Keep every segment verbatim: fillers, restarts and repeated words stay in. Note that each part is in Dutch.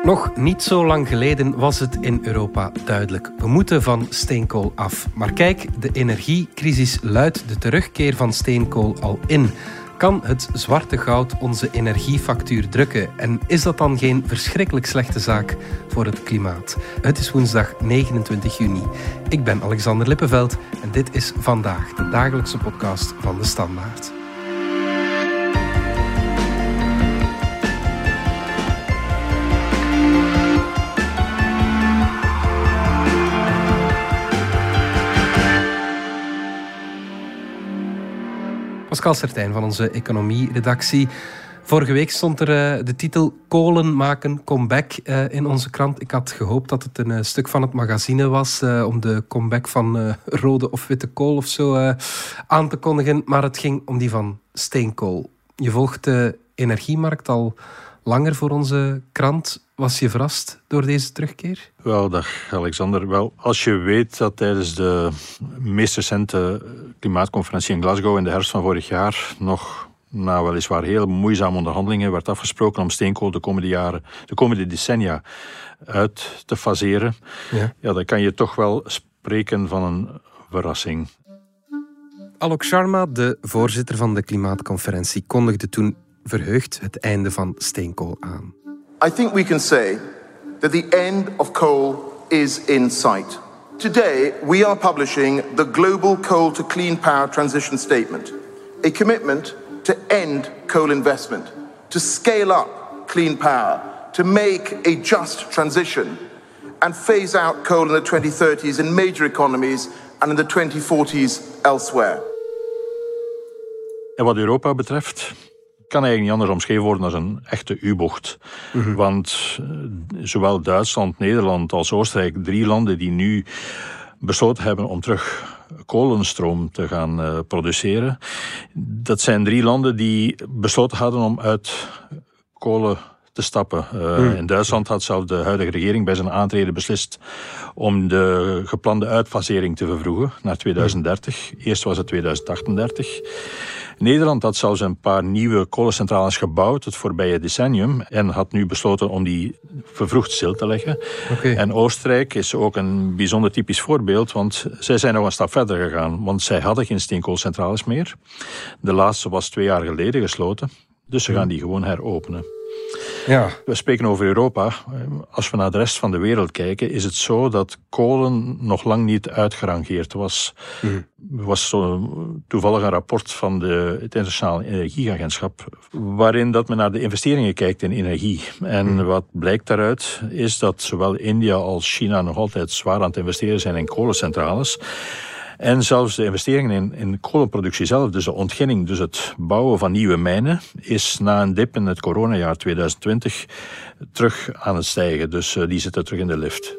Nog niet zo lang geleden was het in Europa duidelijk. We moeten van steenkool af. Maar kijk, de energiecrisis luidt de terugkeer van steenkool al in. Kan het zwarte goud onze energiefactuur drukken? En is dat dan geen verschrikkelijk slechte zaak voor het klimaat? Het is woensdag negenentwintig juni. Ik ben Alexander Lippenveld en dit is Vandaag, de dagelijkse podcast van De Standaard. Pascal Sertijn van onze economie-redactie. Vorige week stond er uh, de titel Kolen maken comeback uh, in onze krant. Ik had gehoopt dat het een uh, stuk van het magazine was uh, om de comeback van uh, rode of witte kool of zo uh, aan te kondigen. Maar het ging om die van steenkool. Je volgt de energiemarkt al langer voor onze krant. Was je verrast door deze terugkeer? Wel, dag Alexander. Wel, als je weet dat tijdens de meest recente klimaatconferentie in Glasgow in de herfst van vorig jaar nog na weliswaar heel moeizame onderhandelingen werd afgesproken om steenkool de komende jaren, de komende decennia uit te faseren, ja. Ja, dan kan je toch wel spreken van een verrassing. Alok Sharma, de voorzitter van de klimaatconferentie, kondigde toen verheugd het einde van steenkool aan. I think we can say that the end of coal is in sight. Today, we are publishing the Global Coal to Clean Power Transition Statement, a commitment to end coal investment, to scale up clean power, to make a just transition, and phase out coal in the twenty thirties in major economies and in the twenty forties elsewhere. En wat Europa betreft kan eigenlijk niet anders omschreven worden als een echte U-bocht. Mm-hmm. Want zowel Duitsland, Nederland als Oostenrijk, drie landen die nu besloten hebben om terug kolenstroom te gaan uh, produceren. Dat zijn drie landen die besloten hadden om uit kolen te stappen. Uh, mm. In Duitsland had zelfs de huidige regering bij zijn aantreden beslist om de geplande uitfasering te vervroegen naar tweeduizend dertig. Mm. Eerst was het tweeduizend achtendertig. Nederland had zelfs een paar nieuwe kolencentrales gebouwd het voorbije decennium en had nu besloten om die vervroegd stil te leggen. Okay. En Oostenrijk is ook een bijzonder typisch voorbeeld, want zij zijn nog een stap verder gegaan, want zij hadden geen steenkoolcentrales meer. De laatste was twee jaar geleden gesloten, dus ze gaan die gewoon heropenen. Ja. We spreken over Europa. Als we naar de rest van de wereld kijken, is het zo dat kolen nog lang niet uitgerangeerd was. Mm. Er was zo toevallig een rapport van de, het Internationale Energieagentschap, waarin dat men naar de investeringen kijkt in energie. En mm. wat blijkt daaruit is dat zowel India als China nog altijd zwaar aan het investeren zijn in kolencentrales. En zelfs de investeringen in, in kolenproductie zelf, dus de ontginning, dus het bouwen van nieuwe mijnen, is na een dip in het coronajaar tweeduizend twintig terug aan het stijgen. Dus uh, die zitten terug in de lift.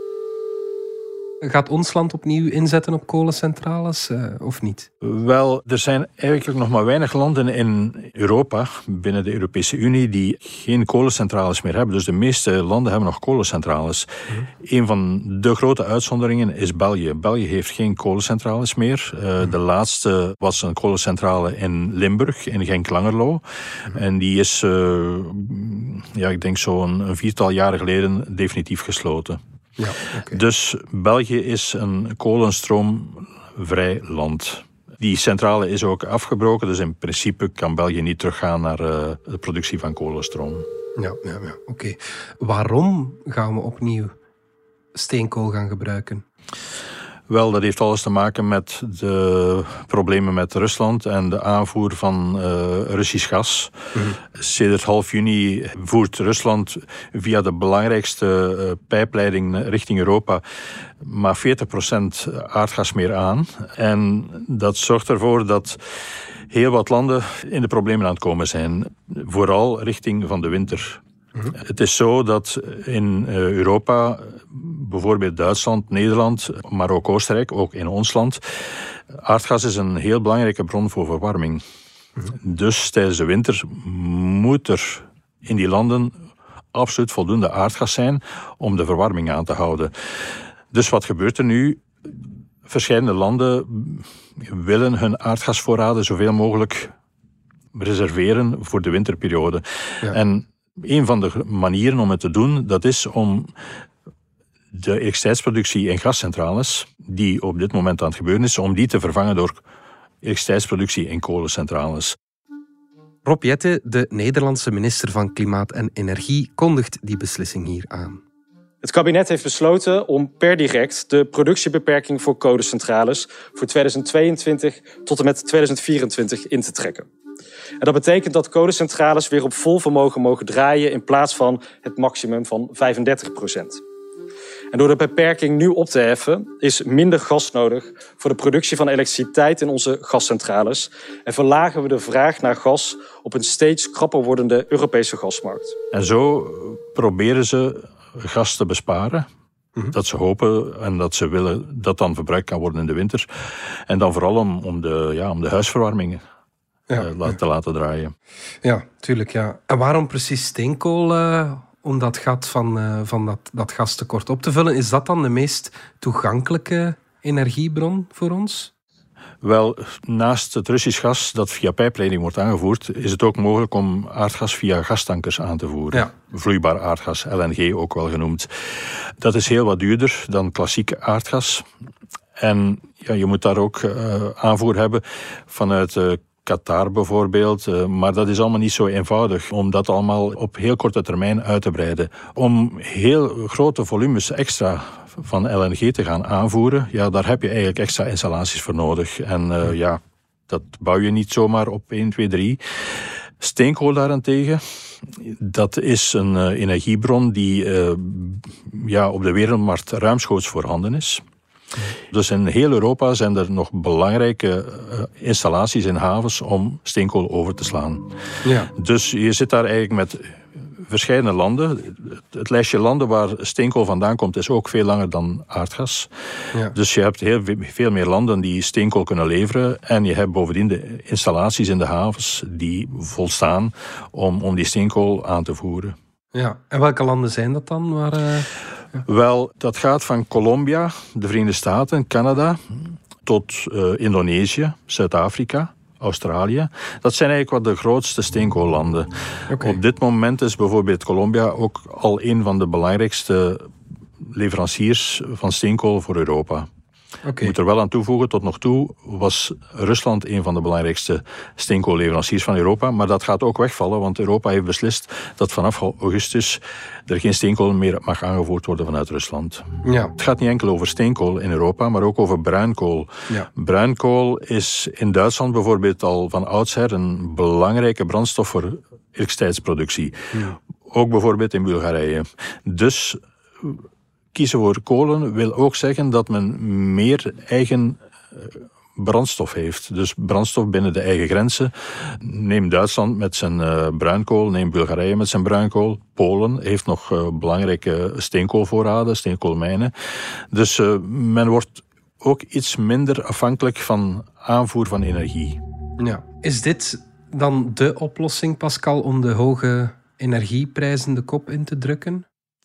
Gaat ons land opnieuw inzetten op kolencentrales uh, of niet? Wel, er zijn eigenlijk nog maar weinig landen in Europa, binnen de Europese Unie, die geen kolencentrales meer hebben. Dus de meeste landen hebben nog kolencentrales. Mm. Een van de grote uitzonderingen is België. België heeft geen kolencentrales meer. Uh, mm. De laatste was een kolencentrale in Limburg, in Genk-Langerlo. Mm. En die is, uh, ja, ik denk zo'n een viertal jaren geleden definitief gesloten. Ja, okay. Dus België is een kolenstroomvrij land. Die centrale is ook afgebroken, dus in principe kan België niet teruggaan naar uh, de productie van kolenstroom. Ja, ja, ja. Oké. Okay. Waarom gaan we opnieuw steenkool gaan gebruiken? Wel, dat heeft alles te maken met de problemen met Rusland en de aanvoer van uh, Russisch gas. Mm-hmm. Sedert half juni voert Rusland via de belangrijkste uh, pijpleiding richting Europa maar veertig procent aardgas meer aan. En dat zorgt ervoor dat heel wat landen in de problemen aan het komen zijn. Vooral richting van de winter. Mm-hmm. Het is zo dat in uh, Europa, bijvoorbeeld Duitsland, Nederland, maar ook Oostenrijk, ook in ons land, aardgas is een heel belangrijke bron voor verwarming. Mm-hmm. Dus tijdens de winter moet er in die landen absoluut voldoende aardgas zijn om de verwarming aan te houden. Dus wat gebeurt er nu? Verschillende landen willen hun aardgasvoorraden zoveel mogelijk reserveren voor de winterperiode. Ja. En Een van de manieren om het te doen, dat is om de elektriciteitsproductie in gascentrales, die op dit moment aan het gebeuren is, om die te vervangen door elektriciteitsproductie in kolencentrales. Rob Jetten, de Nederlandse minister van Klimaat en Energie, kondigt die beslissing hier aan. Het kabinet heeft besloten om per direct de productiebeperking voor kolencentrales voor tweeduizend tweeëntwintig tot en met tweeduizend vierentwintig in te trekken. En dat betekent dat kolencentrales weer op vol vermogen mogen draaien in plaats van het maximum van vijfendertig procent. En door de beperking nu op te heffen is minder gas nodig voor de productie van elektriciteit in onze gascentrales en verlagen we de vraag naar gas op een steeds krapper wordende Europese gasmarkt. En zo proberen ze gas te besparen. Mm-hmm. Dat ze hopen en dat ze willen dat dan verbruikt kan worden in de winter. En dan vooral om, om, de, ja, om de huisverwarming ja, uh, ja. te laten draaien. Ja, tuurlijk. Ja. En waarom precies steenkool? Uh, om dat gat van, uh, van dat, dat gastekort op te vullen. Is dat dan de meest toegankelijke energiebron voor ons? Wel, naast het Russisch gas dat via pijpleiding wordt aangevoerd, is het ook mogelijk om aardgas via gastankers aan te voeren. Ja. Vloeibaar aardgas, L N G ook wel genoemd. Dat is heel wat duurder dan klassiek aardgas. En ja, je moet daar ook uh, aanvoer hebben vanuit uh, Qatar bijvoorbeeld. Uh, maar dat is allemaal niet zo eenvoudig om dat allemaal op heel korte termijn uit te breiden. Om heel grote volumes extra van L N G te gaan aanvoeren, ja, daar heb je eigenlijk extra installaties voor nodig. En uh, ja, dat bouw je niet zomaar op één, twee, drie. Steenkool daarentegen, dat is een uh, energiebron die uh, ja, op de wereldmarkt ruimschoots voorhanden is. Dus in heel Europa zijn er nog belangrijke uh, installaties in havens om steenkool over te slaan. Ja. Dus je zit daar eigenlijk met verschillende landen. Het lijstje landen waar steenkool vandaan komt is ook veel langer dan aardgas. Ja. Dus je hebt heel veel meer landen die steenkool kunnen leveren. En je hebt bovendien de installaties in de havens die volstaan om, om die steenkool aan te voeren. Ja. En welke landen zijn dat dan? Waar, uh, ja. Wel, dat gaat van Colombia, de Verenigde Staten, Canada, tot uh, Indonesië, Zuid-Afrika, Australië. Dat zijn eigenlijk wat de grootste steenkoollanden. Okay. Op dit moment is bijvoorbeeld Colombia ook al een van de belangrijkste leveranciers van steenkool voor Europa. Okay. Ik moet er wel aan toevoegen, tot nog toe was Rusland een van de belangrijkste steenkoolleveranciers van Europa, maar dat gaat ook wegvallen, want Europa heeft beslist dat vanaf augustus er geen steenkool meer mag aangevoerd worden vanuit Rusland. Ja. Het gaat niet enkel over steenkool in Europa, maar ook over bruinkool. Ja. Bruinkool is in Duitsland bijvoorbeeld al van oudsher een belangrijke brandstof voor elektriciteitsproductie. Ja. Ook bijvoorbeeld in Bulgarije. Dus kiezen voor kolen wil ook zeggen dat men meer eigen brandstof heeft. Dus brandstof binnen de eigen grenzen. Neem Duitsland met zijn uh, bruinkool, neem Bulgarije met zijn bruinkool. Polen heeft nog uh, belangrijke steenkoolvoorraden, steenkoolmijnen. Dus uh, men wordt ook iets minder afhankelijk van aanvoer van energie. Ja. Is dit dan de oplossing, Pascal, om de hoge energieprijzen de kop in te drukken?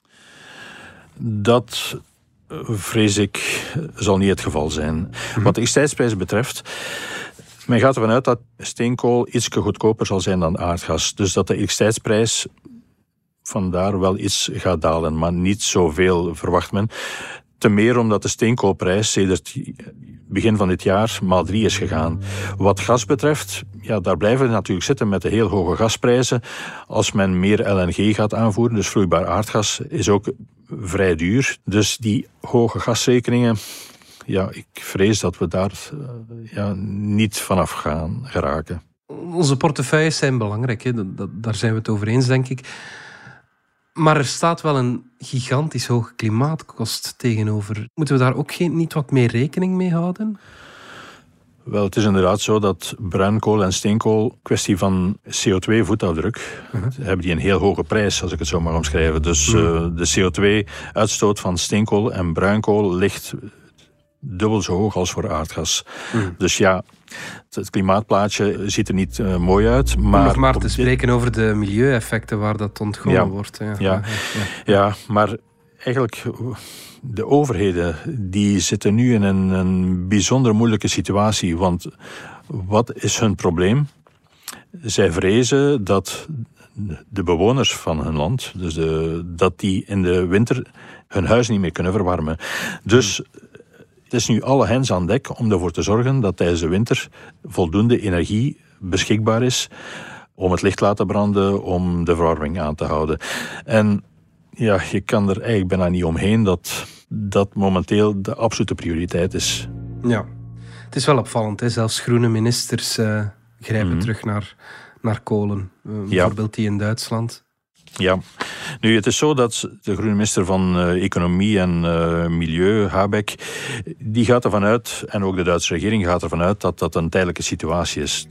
Dat, vrees ik, zal niet het geval zijn. Mm-hmm. Wat de elektriciteitsprijs betreft, men gaat ervan uit dat steenkool iets goedkoper zal zijn dan aardgas. Dus dat de elektriciteitsprijs vandaar wel iets gaat dalen, maar niet zoveel verwacht men. Ten meer omdat de steenkoolprijs sedert begin van dit jaar maal drie is gegaan. Wat gas betreft, ja, daar blijven we natuurlijk zitten met de heel hoge gasprijzen. Als men meer L N G gaat aanvoeren, dus vloeibaar aardgas, is ook vrij duur. Dus die hoge gasrekeningen, ja, ik vrees dat we daar uh, ja, niet vanaf gaan geraken. Onze portefeuilles zijn belangrijk, hè? Dat, dat, daar zijn we het over eens, denk ik. Maar er staat wel een gigantisch hoge klimaatkost tegenover. Moeten we daar ook geen, niet wat meer rekening mee houden? Wel, het is inderdaad zo dat bruinkool en steenkool, kwestie van C O twee voetafdruk, uh-huh. hebben die een heel hoge prijs, als ik het zo mag omschrijven. Dus uh, de C O twee uitstoot van steenkool en bruinkool ligt dubbel zo hoog als voor aardgas. Uh-huh. Dus ja, het klimaatplaatje ziet er niet uh, mooi uit. Maar Om nog maar te spreken dit... over de milieueffecten waar dat ontgonnen ja, wordt. Ja. Ja, ja. Ja. ja, maar eigenlijk, de overheden die zitten nu in een, een bijzonder moeilijke situatie. Want wat is hun probleem? Zij vrezen dat de bewoners van hun land, dus de, dat die in de winter hun huis niet meer kunnen verwarmen. Dus het is nu alle hens aan dek om ervoor te zorgen dat tijdens de winter voldoende energie beschikbaar is om het licht te laten branden, om de verwarming aan te houden. En ja, je kan er eigenlijk bijna niet omheen dat dat momenteel de absolute prioriteit is. Ja, het is wel opvallend, hè? Zelfs groene ministers uh, grijpen mm-hmm. terug naar, naar kolen. Uh, ja. Bijvoorbeeld die in Duitsland. Ja, nu het is zo dat de groene minister van uh, Economie en uh, Milieu, Habeck, die gaat ervan uit, en ook de Duitse regering gaat ervan uit, dat dat een tijdelijke situatie is.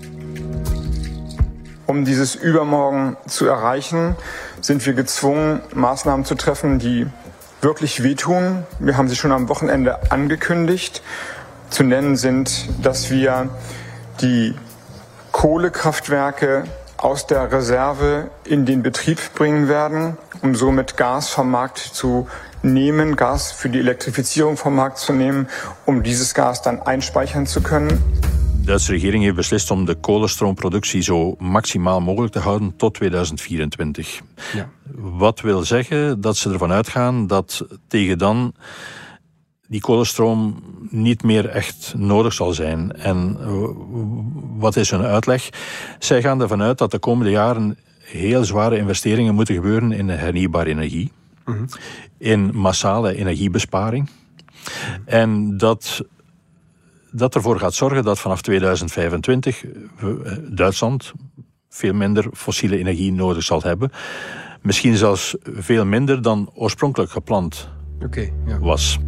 Um dieses Übermorgen zu erreichen, sind wir gezwungen, Maßnahmen zu treffen, die wirklich wehtun. Wir haben sie schon am Wochenende angekündigt. Zu nennen sind, dass wir die Kohlekraftwerke aus der Reserve in den Betrieb bringen werden, um somit Gas vom Markt zu nehmen, Gas für die Elektrifizierung vom Markt zu nehmen, um dieses Gas dann einspeichern zu können. De Duitse regering heeft beslist om de kolenstroomproductie zo maximaal mogelijk te houden tot tweeduizend vierentwintig. Ja. Wat wil zeggen dat ze ervan uitgaan dat tegen dan die kolenstroom niet meer echt nodig zal zijn. En wat is hun uitleg? Zij gaan ervan uit dat de komende jaren heel zware investeringen moeten gebeuren in hernieuwbare energie, mm-hmm. in massale energiebesparing. Mm-hmm. En dat dat ervoor gaat zorgen dat vanaf tweeduizend vijfentwintig Duitsland veel minder fossiele energie nodig zal hebben. Misschien zelfs veel minder dan oorspronkelijk gepland okay, ja. was.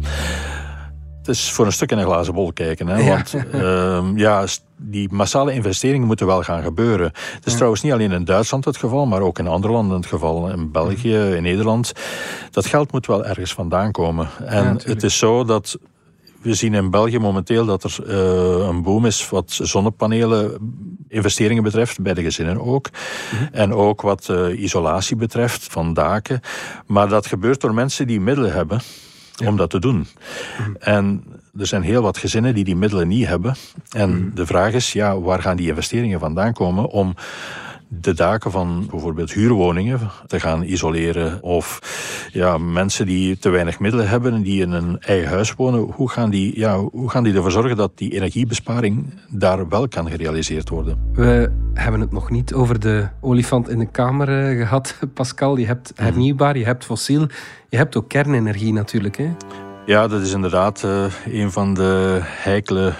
Het is voor een stuk in een glazen bol kijken. Hè? Ja. Want uh, ja, die massale investeringen moeten wel gaan gebeuren. Het is ja. trouwens niet alleen in Duitsland het geval, maar ook in andere landen het geval. In België, in Nederland. Dat geld moet wel ergens vandaan komen. En ja, het is zo dat we zien in België momenteel dat er uh, een boom is wat zonnepanelen investeringen betreft, bij de gezinnen ook. Mm-hmm. En ook wat uh, isolatie betreft van daken. Maar dat gebeurt door mensen die middelen hebben ja. om dat te doen. Mm-hmm. En er zijn heel wat gezinnen die die middelen niet hebben. En mm-hmm. de vraag is, ja, waar gaan die investeringen vandaan komen om de daken van bijvoorbeeld huurwoningen te gaan isoleren. Of ja, mensen die te weinig middelen hebben en die in een eigen huis wonen. Hoe gaan die, ja, hoe gaan die ervoor zorgen dat die energiebesparing daar wel kan gerealiseerd worden? We hebben het nog niet over de olifant in de kamer uh, gehad, Pascal. Je hebt hernieuwbaar, je hebt fossiel. Je hebt ook kernenergie natuurlijk, hè? Ja, dat is inderdaad uh, een van de heikele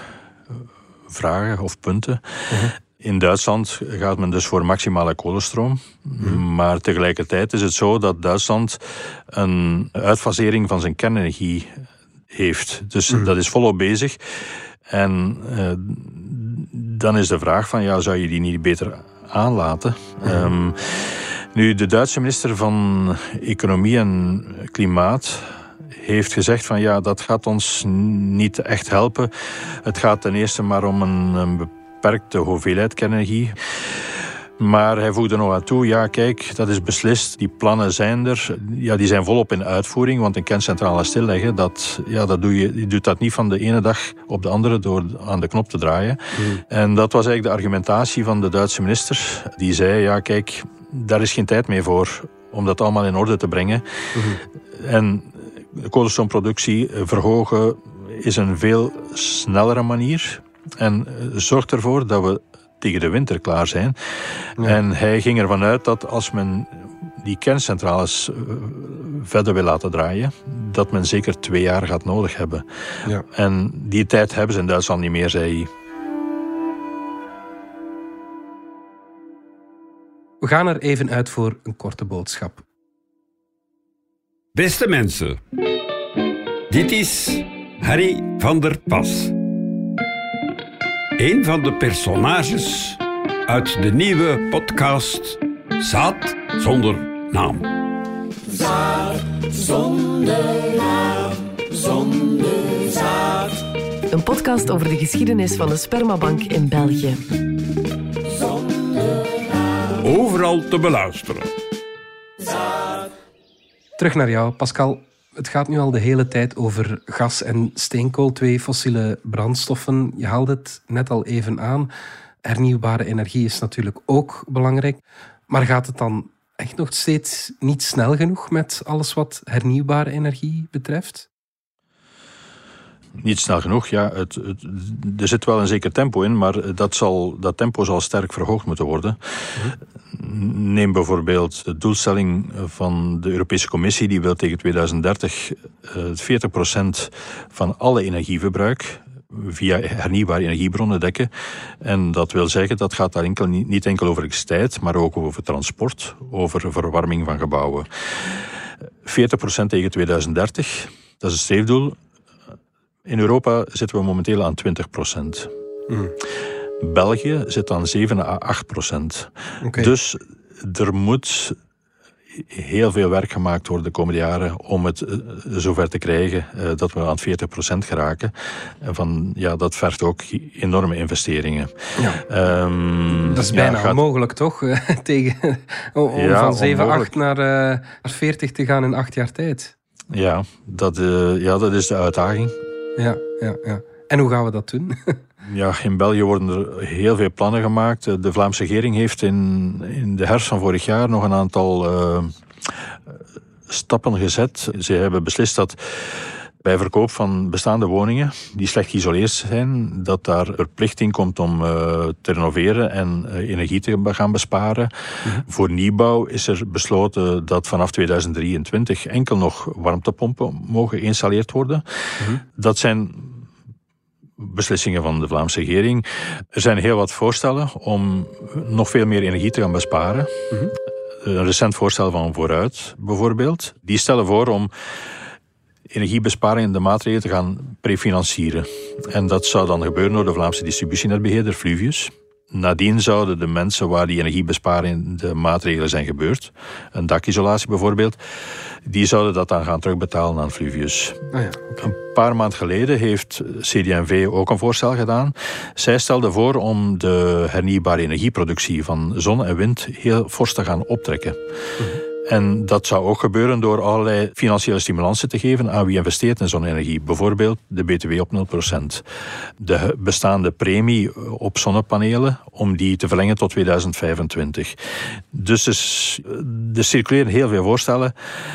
vragen of punten. Uh-huh. In Duitsland gaat men dus voor maximale kolenstroom. Hmm. Maar tegelijkertijd is het zo dat Duitsland een uitfasering van zijn kernenergie heeft. Dus hmm. dat is volop bezig. En uh, dan is de vraag van, ja, zou je die niet beter aanlaten? Hmm. Um, nu, de Duitse minister van Economie en Klimaat heeft gezegd van, ja, dat gaat ons niet echt helpen. Het gaat ten eerste maar om een, een beperkte hoeveelheid kernenergie. Maar hij voegde nog aan toe, ja kijk, dat is beslist, die plannen zijn er, ja, die zijn volop in uitvoering, want een kerncentrale stilleggen, dat, ja, dat doe je, je doet dat niet van de ene dag op de andere door aan de knop te draaien. Mm. En dat was eigenlijk de argumentatie van de Duitse minister, die zei, ja kijk, daar is geen tijd meer voor om dat allemaal in orde te brengen. Mm-hmm. En de kolenstoomproductie verhogen is een veel snellere manier en zorgt ervoor dat we tegen de winter klaar zijn. Ja. En hij ging ervan uit dat als men die kerncentrales verder wil laten draaien, dat men zeker twee jaar gaat nodig hebben. Ja. En die tijd hebben ze in Duitsland niet meer, zei hij. We gaan er even uit voor een korte boodschap. Beste mensen, dit is Harry van der Pas. Een van de personages uit de nieuwe podcast Zaad zonder naam. Zaad zonder naam, zonder zaad. Een podcast over de geschiedenis van de spermabank in België. Zonder naam. Overal te beluisteren. Zaad. Terug naar jou, Pascal. Het gaat nu al de hele tijd over gas en steenkool, twee fossiele brandstoffen. Je haalde het net al even aan. Hernieuwbare energie is natuurlijk ook belangrijk. Maar gaat het dan echt nog steeds niet snel genoeg met alles wat hernieuwbare energie betreft? Niet snel genoeg, ja. Het, het, er zit wel een zeker tempo in, maar dat, zal, dat tempo zal sterk verhoogd moeten worden. Mm-hmm. Neem bijvoorbeeld de doelstelling van de Europese Commissie, die wil tegen tweeduizend dertig uh, veertig procent van alle energieverbruik via hernieuwbare energiebronnen dekken. En dat wil zeggen, dat gaat daar enkel, niet enkel over elektriciteit, maar ook over transport, over verwarming van gebouwen. veertig procent tegen tweeduizend dertig, dat is het streefdoel. In Europa zitten we momenteel aan twintig procent. Mm. België zit aan zeven à acht procent. Okay. Dus er moet heel veel werk gemaakt worden de komende jaren om het uh, zover te krijgen uh, dat we aan veertig procent geraken. En van, ja, dat vergt ook enorme investeringen. Ja. Um, dat is bijna ja, gaat... onmogelijk, toch? Tegen, om ja, van zeven à acht naar, uh, naar veertig te gaan in acht jaar tijd. Ja, dat, uh, ja, dat is de uitdaging. Ja, ja, ja. En hoe gaan we dat doen? Ja, in België worden er heel veel plannen gemaakt. De Vlaamse regering heeft in, in de herfst van vorig jaar nog een aantal uh, stappen gezet. Ze hebben beslist dat bij verkoop van bestaande woningen die slecht geïsoleerd zijn, dat daar verplichting komt om uh, te renoveren en uh, energie te gaan besparen. Mm-hmm. Voor nieuwbouw is er besloten dat vanaf tweeduizend drieëntwintig enkel nog warmtepompen mogen geïnstalleerd worden. Mm-hmm. Dat zijn beslissingen van de Vlaamse regering. Er zijn heel wat voorstellen om nog veel meer energie te gaan besparen. Mm-hmm. Een recent voorstel van Vooruit bijvoorbeeld. Die stellen voor om energiebesparingen, de maatregelen te gaan prefinancieren. En dat zou dan gebeuren door de Vlaamse distributienetbeheerder Fluvius. Nadien zouden de mensen waar die energiebesparende maatregelen zijn gebeurd, een dakisolatie bijvoorbeeld, die zouden dat dan gaan terugbetalen aan Fluvius. Oh ja, okay. Een paar maanden geleden heeft C D M V ook een voorstel gedaan. Zij stelde voor om de hernieuwbare energieproductie van zon en wind heel fors te gaan optrekken. Mm-hmm. En dat zou ook gebeuren door allerlei financiële stimulansen te geven aan wie investeert in zonne-energie. Bijvoorbeeld de B T W op nul procent. De bestaande premie op zonnepanelen, om die te verlengen tot tweeduizend vijfentwintig. Dus er circuleren heel veel voorstellen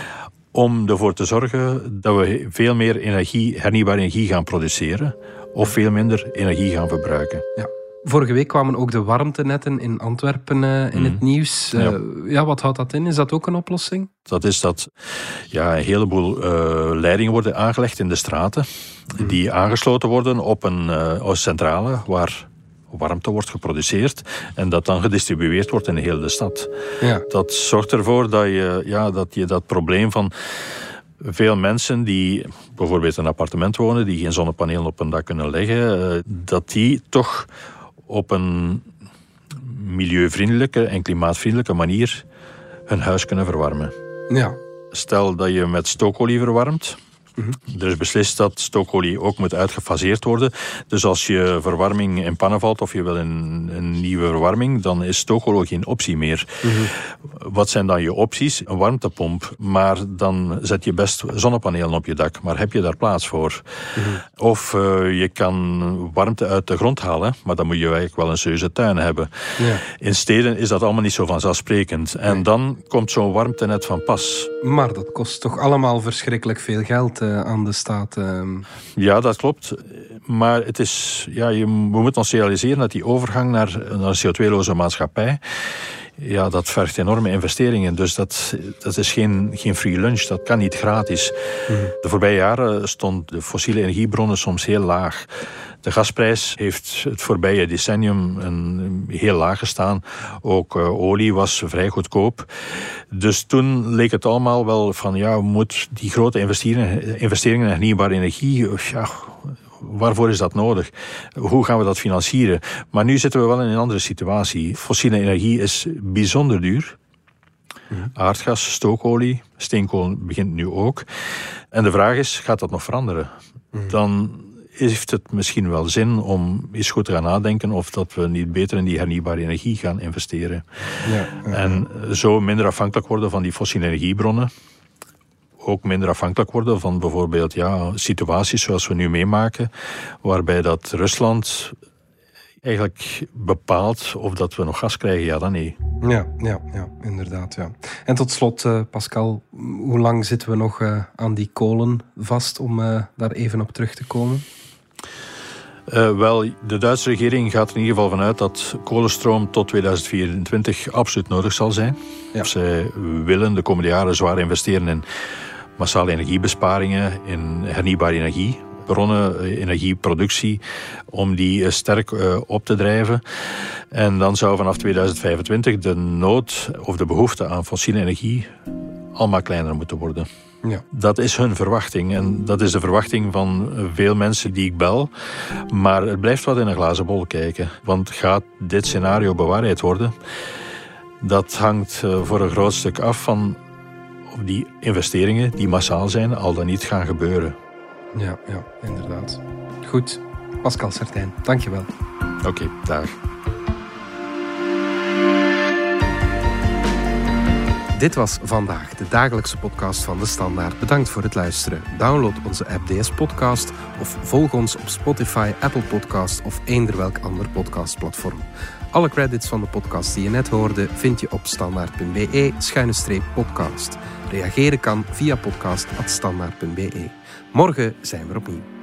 om ervoor te zorgen dat we veel meer energie, hernieuwbare energie gaan produceren of veel minder energie gaan verbruiken. Ja. Vorige week kwamen ook de warmtenetten in Antwerpen uh, in mm. het nieuws. Uh, ja. ja, wat houdt dat in? Is dat ook een oplossing? Dat is dat ja, een heleboel uh, leidingen worden aangelegd in de straten, mm. die aangesloten worden op een uh, centrale waar warmte wordt geproduceerd en dat dan gedistribueerd wordt in de hele stad. Ja. Dat zorgt ervoor dat je, ja, dat je dat probleem van veel mensen die bijvoorbeeld in een appartement wonen, die geen zonnepanelen op hun dak kunnen leggen, uh, dat die toch op een milieuvriendelijke en klimaatvriendelijke manier hun huis kunnen verwarmen. Ja. Stel dat je met stookolie verwarmt. Mm-hmm. Er is beslist dat stookolie ook moet uitgefaseerd worden. Dus als je verwarming in pannen valt of je wil een, een nieuwe verwarming, dan is stookolie geen optie meer. Mm-hmm. Wat zijn dan je opties? Een warmtepomp. Maar dan zet je best zonnepanelen op je dak. Maar heb je daar plaats voor? Mm-hmm. Of uh, je kan warmte uit de grond halen, maar dan moet je eigenlijk wel een serieuze tuin hebben. Ja. In steden is dat allemaal niet zo vanzelfsprekend. En nee. Dan komt zo'n warmtenet van pas. Maar dat kost toch allemaal verschrikkelijk veel geld aan de staat. Uh... Ja, dat klopt. Maar het is, ja, je, we moeten ons realiseren dat die overgang naar, naar een C O twee loze maatschappij, ja, dat vergt enorme investeringen. Dus dat, dat is geen, geen free lunch. Dat kan niet gratis. Mm-hmm. De voorbije jaren stond de fossiele energiebronnen soms heel laag. De gasprijs heeft het voorbije decennium een, heel laag gestaan. Ook uh, olie was vrij goedkoop. Dus toen leek het allemaal wel van, ja, we moeten die grote investeringen, investeringen in hernieuwbare energie, ja, waarvoor is dat nodig? Hoe gaan we dat financieren? Maar nu zitten we wel in een andere situatie. Fossiele energie is bijzonder duur. Mm-hmm. Aardgas, stookolie, steenkool begint nu ook. En de vraag is, gaat dat nog veranderen? Mm-hmm. Dan heeft het misschien wel zin om eens goed te gaan nadenken of dat we niet beter in die hernieuwbare energie gaan investeren. Ja, ja. En zo minder afhankelijk worden van die fossiele energiebronnen. Ook minder afhankelijk worden van bijvoorbeeld ja, situaties zoals we nu meemaken, waarbij dat Rusland eigenlijk bepaalt of dat we nog gas krijgen, ja dan nee. Ja, ja, ja, inderdaad. Ja. En tot slot, uh, Pascal, hoe lang zitten we nog uh, aan die kolen vast om uh, daar even op terug te komen? Uh, wel, de Duitse regering gaat er in ieder geval vanuit dat kolenstroom tot tweeduizend vierentwintig absoluut nodig zal zijn. Ja. Zij willen de komende jaren zwaar investeren in massale energiebesparingen, in hernieuwbare energiebronnen, energieproductie, om die sterk uh, op te drijven. En dan zou vanaf tweeduizend vijfentwintig de nood of de behoefte aan fossiele energie allemaal kleiner moeten worden. Ja. Dat is hun verwachting en dat is de verwachting van veel mensen die ik bel. Maar het blijft wat in een glazen bol kijken. Want gaat dit scenario bewaarheid worden? Dat hangt voor een groot stuk af van of die investeringen die massaal zijn al dan niet gaan gebeuren. Ja, ja, inderdaad. Goed, Pascal Sartijn, dankjewel. Oké, okay, dag. Dit was Vandaag, de dagelijkse podcast van De Standaard. Bedankt voor het luisteren. Download onze app D S Podcast of volg ons op Spotify, Apple Podcast of eender welk ander podcastplatform. Alle credits van de podcast die je net hoorde vind je op standaard.be schuine streep podcast. Reageren kan via podcast at standaard punt be. Morgen zijn we er opnieuw.